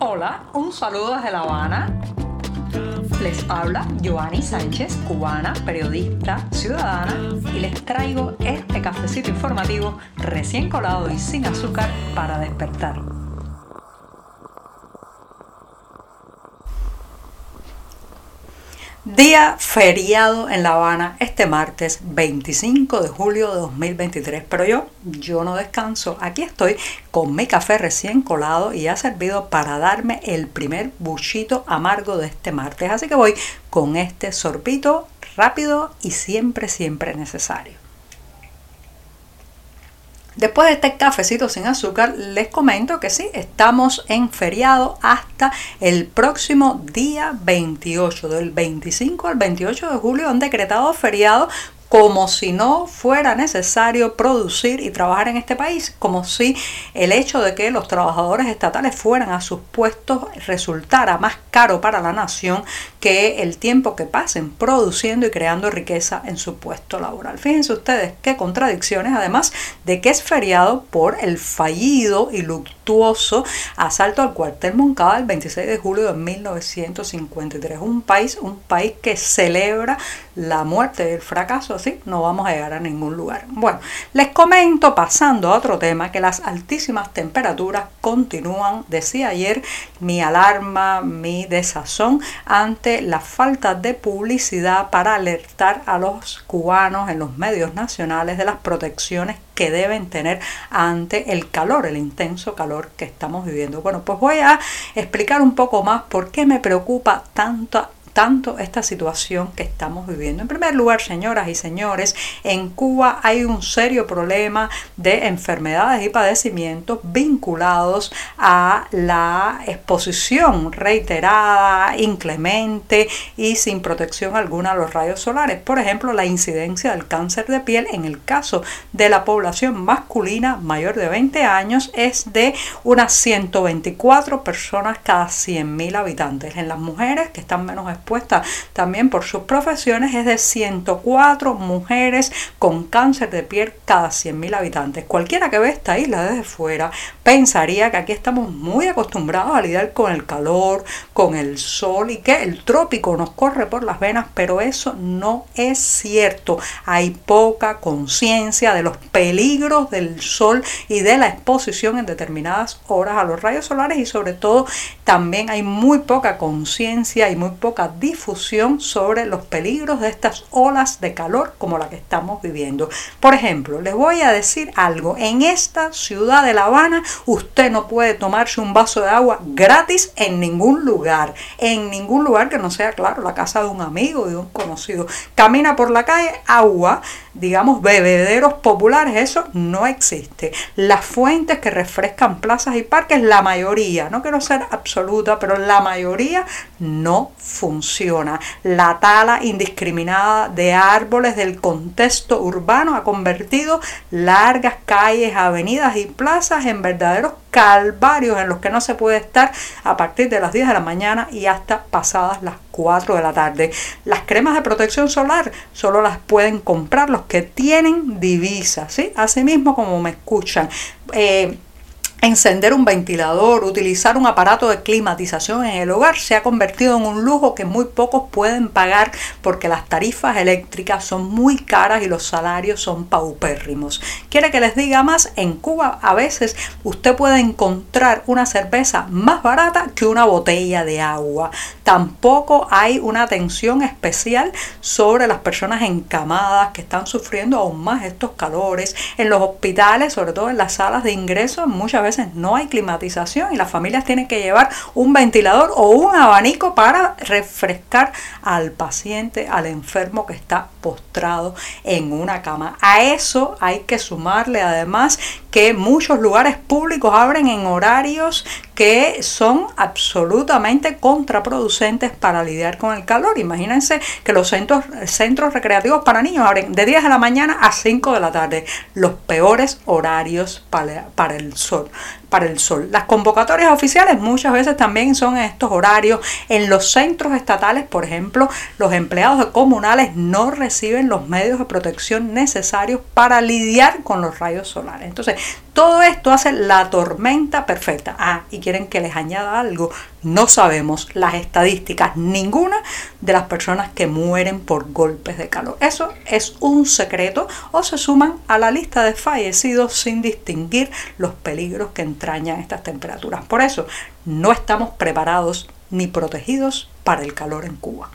Hola, un saludo desde La Habana. Les habla Joanny Sánchez, cubana, periodista, ciudadana, y les traigo este cafecito informativo recién colado y sin azúcar para despertar. Día feriado en La Habana este martes 25 de julio de 2023, pero yo no descanso. Aquí estoy con mi café recién colado y ya servido para darme el primer buchito amargo de este martes. Así que voy con este sorbito rápido y siempre necesario. Después de este cafecito sin azúcar, les comento que sí, estamos en feriado hasta el próximo día 28. Del 25 al 28 de julio han decretado feriado como si no fuera necesario producir y trabajar en este país, como si el hecho de que los trabajadores estatales fueran a sus puestos resultara más caro para la nación que el tiempo que pasen produciendo y creando riqueza en su puesto laboral. Fíjense ustedes qué contradicciones, además de que es feriado por el fallido y luctuoso asalto al cuartel Moncada el 26 de julio de 1953. Un país que celebra la muerte y el fracaso, así no vamos a llegar a ningún lugar. Bueno, les comento, pasando a otro tema, que las altísimas temperaturas continúan. Decía ayer mi alarma, mi desazón ante la falta de publicidad para alertar a los cubanos en los medios nacionales de las protecciones que deben tener ante el calor, el intenso calor que estamos viviendo. Bueno, pues voy a explicar un poco más por qué me preocupa tanto esta situación que estamos viviendo. En primer lugar, señoras y señores, en Cuba hay un serio problema de enfermedades y padecimientos vinculados a la exposición reiterada, inclemente y sin protección alguna a los rayos solares. Por ejemplo, la incidencia del cáncer de piel en el caso de la población masculina mayor de 20 años es de unas 124 personas cada 100.000 habitantes. En las mujeres, que están menos expuestas también por sus profesiones, es de 104 mujeres con cáncer de piel cada 100.000 habitantes. Cualquiera que ve esta isla desde fuera pensaría que aquí estamos muy acostumbrados a lidiar con el calor, con el sol y que el trópico nos corre por las venas, pero eso no es cierto. Hay poca conciencia de los peligros del sol y de la exposición en determinadas horas a los rayos solares, y sobre todo también hay muy poca conciencia y muy poca difusión sobre los peligros de estas olas de calor como la que estamos viviendo. Por ejemplo, les voy a decir algo. En esta ciudad de La Habana, usted no puede tomarse un vaso de agua gratis en ningún lugar que no sea, claro, la casa de un amigo, de un conocido. Camina por la calle, agua, digamos, bebederos populares, eso no existe. Las fuentes que refrescan plazas y parques, la mayoría, no quiero ser absoluta, pero la mayoría no funciona. La tala indiscriminada de árboles del contexto urbano ha convertido largas calles, avenidas y plazas en verdaderos calvarios en los que no se puede estar a partir de las 10 de la mañana y hasta pasadas las 4 de la tarde. Las cremas de protección solar solo las pueden comprar los que tienen divisas, ¿sí? Asimismo, como me escuchan, encender un ventilador, utilizar un aparato de climatización en el hogar se ha convertido en un lujo que muy pocos pueden pagar porque las tarifas eléctricas son muy caras y los salarios son paupérrimos. ¿Quiere que les diga más? En Cuba a veces usted puede encontrar una cerveza más barata que una botella de agua. Tampoco hay una atención especial sobre las personas encamadas que están sufriendo aún más estos calores. En los hospitales, sobre todo en las salas de ingreso, muchas veces no hay climatización y las familias tienen que llevar un ventilador o un abanico para refrescar al paciente, al enfermo que está postrado en una cama. A eso hay que sumarle además que muchos lugares públicos abren en horarios que son absolutamente contraproducentes para lidiar con el calor. Imagínense que los centros recreativos para niños abren de 10 de la mañana a 5 de la tarde, los peores horarios para el sol. Las convocatorias oficiales muchas veces también son en estos horarios. En los centros estatales, por ejemplo, los empleados comunales no reciben los medios de protección necesarios para lidiar con los rayos solares. Entonces, Todo esto hace la tormenta perfecta. Y quieren que les añada algo. No sabemos las estadísticas, ninguna de las personas que mueren por golpes de calor. Eso es un secreto, o se suman a la lista de fallecidos sin distinguir los peligros que entrañan estas temperaturas. Por eso no estamos preparados ni protegidos para el calor en Cuba.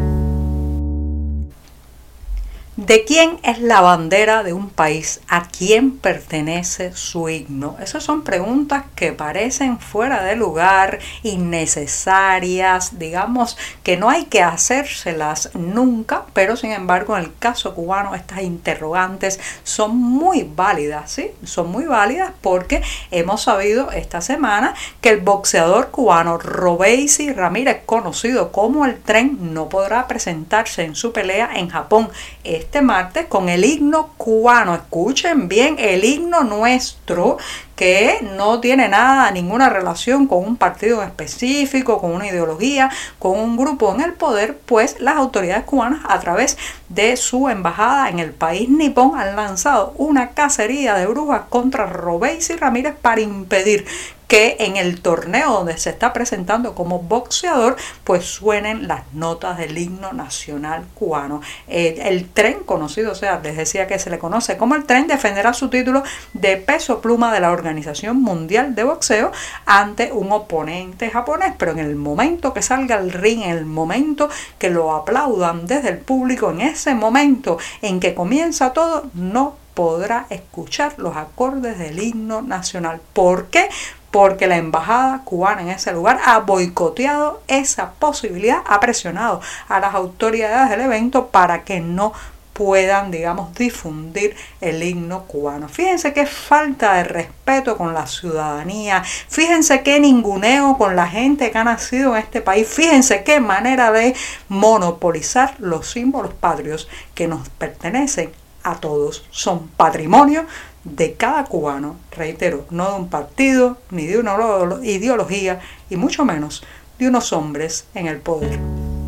¿De quién es la bandera de un país? ¿A quién pertenece su himno? Esas son preguntas que parecen fuera de lugar, innecesarias, digamos que no hay que hacérselas nunca, pero sin embargo en el caso cubano estas interrogantes son muy válidas, ¿sí? Son muy válidas porque hemos sabido esta semana que el boxeador cubano Robeisy Ramírez, conocido como El Tren, no podrá presentarse en su pelea en Japón este martes con el himno cubano. Escuchen bien, el himno nuestro, que no tiene ninguna relación con un partido en específico, con una ideología, con un grupo en el poder, pues las autoridades cubanas a través de su embajada en el país nipón han lanzado una cacería de brujas contra Robeisy Ramírez para impedir que en el torneo donde se está presentando como boxeador pues suenen las notas del himno nacional cubano. El Tren, conocido, o sea, les decía que se le conoce como El Tren, defenderá su título de peso pluma de la Organización Mundial de Boxeo ante un oponente japonés, pero en el momento que salga al ring, en el momento que lo aplaudan desde el público, en ese momento en que comienza todo, no podrá escuchar los acordes del himno nacional. ¿Por qué? Porque la embajada cubana en ese lugar ha boicoteado esa posibilidad, ha presionado a las autoridades del evento para que no puedan, digamos, difundir el himno cubano. Fíjense qué falta de respeto con la ciudadanía, fíjense qué ninguneo con la gente que ha nacido en este país, fíjense qué manera de monopolizar los símbolos patrios que nos pertenecen a todos, son patrimonio de cada cubano, reitero, no de un partido, ni de una ideología, y mucho menos de unos hombres en el poder.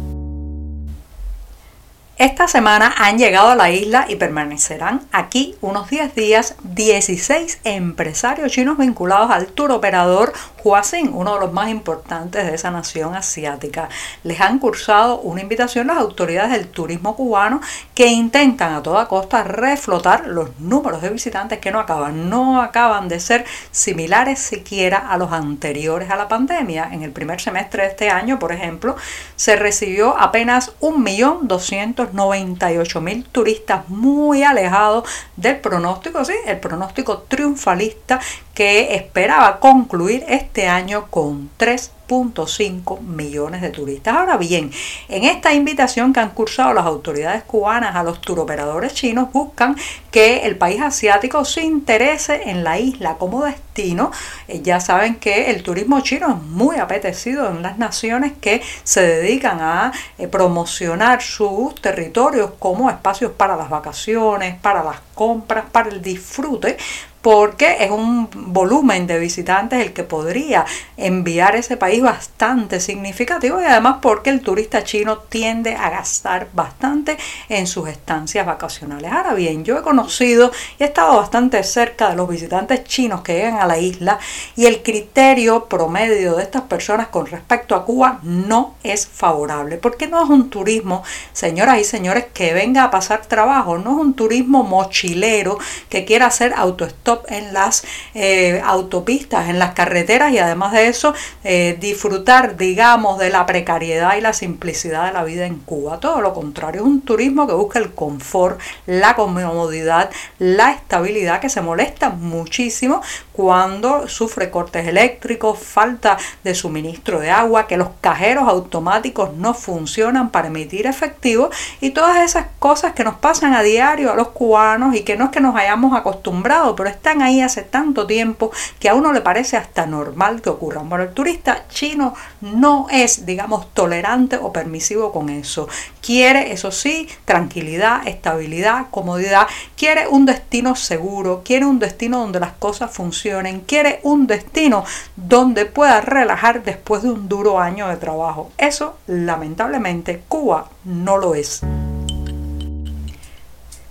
Esta semana han llegado a la isla y permanecerán aquí unos 10 días 16 empresarios chinos vinculados al tour operador Huaxin, uno de los más importantes de esa nación asiática. Les han cursado una invitación las autoridades del turismo cubano que intentan a toda costa reflotar los números de visitantes que no acaban de ser similares siquiera a los anteriores a la pandemia. En el primer semestre de este año, por ejemplo, se recibió apenas 1.298.000 turistas, muy alejados del pronóstico, sí, el pronóstico triunfalista que esperaba concluir este año con 3.5 millones de turistas. Ahora bien, en esta invitación que han cursado las autoridades cubanas a los turoperadores chinos, buscan que el país asiático se interese en la isla como destino. Ya saben que el turismo chino es muy apetecido en las naciones que se dedican a promocionar sus territorios como espacios para las vacaciones, para las compras, para el disfrute, porque es un volumen de visitantes el que podría enviar ese país bastante significativo, y además porque el turista chino tiende a gastar bastante en sus estancias vacacionales. Ahora bien, yo he conocido y he estado bastante cerca de los visitantes chinos que llegan a la isla, y el criterio promedio de estas personas con respecto a Cuba no es favorable, porque no es un turismo, señoras y señores, que venga a pasar trabajo, no es un turismo mochilero que quiera hacer autostop en las autopistas, en las carreteras, y además de eso disfrutar, digamos, de la precariedad y la simplicidad de la vida en Cuba. Todo lo contrario, es un turismo que busca el confort, la comodidad, la estabilidad, que se molesta muchísimo cuando sufre cortes eléctricos, falta de suministro de agua, que los cajeros automáticos no funcionan para emitir efectivo, y todas esas cosas que nos pasan a diario a los cubanos y que no es que nos hayamos acostumbrado, pero están ahí hace tanto tiempo que a uno le parece hasta normal que ocurran. Bueno, el turista chino no es, digamos, tolerante o permisivo con eso. Quiere, eso sí, tranquilidad, estabilidad, comodidad, quiere un destino seguro, quiere un destino donde las cosas funcionen, quiere un destino donde pueda relajar después de un duro año de trabajo. Eso, lamentablemente, Cuba no lo es.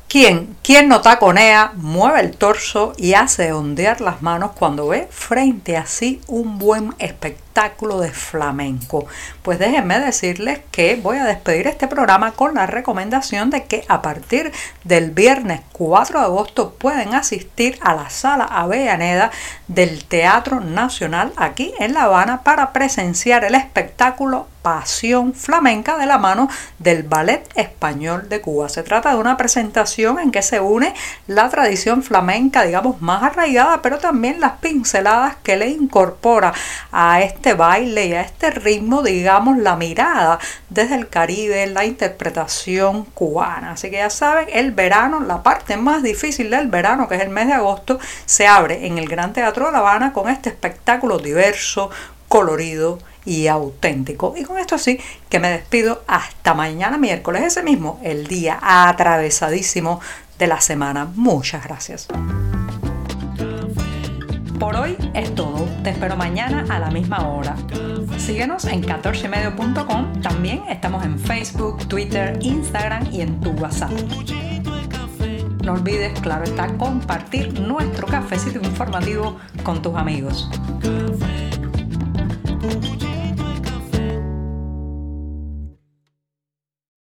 ¿Quién no taconea, mueve el torso y hace ondear las manos cuando ve frente a sí un buen espectáculo de flamenco? Pues déjenme decirles que voy a despedir este programa con la recomendación de que a partir del viernes 4 de agosto pueden asistir a la Sala Avellaneda del Teatro Nacional aquí en La Habana para presenciar el espectáculo Pasión Flamenca de la mano del Ballet Español de Cuba. Se trata de una presentación en que se une la tradición flamenca, digamos, más arraigada, pero también las pinceladas que le incorpora a este baile y a este ritmo, digamos, la mirada desde el Caribe, la interpretación cubana. Así que ya saben, el verano, la parte más difícil del verano, que es el mes de agosto, se abre en el Gran Teatro de La Habana con este espectáculo diverso, colorido y auténtico. Y con esto sí que me despido hasta mañana miércoles, ese mismo, el día atravesadísimo de la semana. Muchas gracias. Por hoy es todo. Te espero mañana a la misma hora. Síguenos en 14medio.com. También estamos en Facebook, Twitter, Instagram y en tu WhatsApp. No olvides, claro está, compartir nuestro cafecito informativo con tus amigos.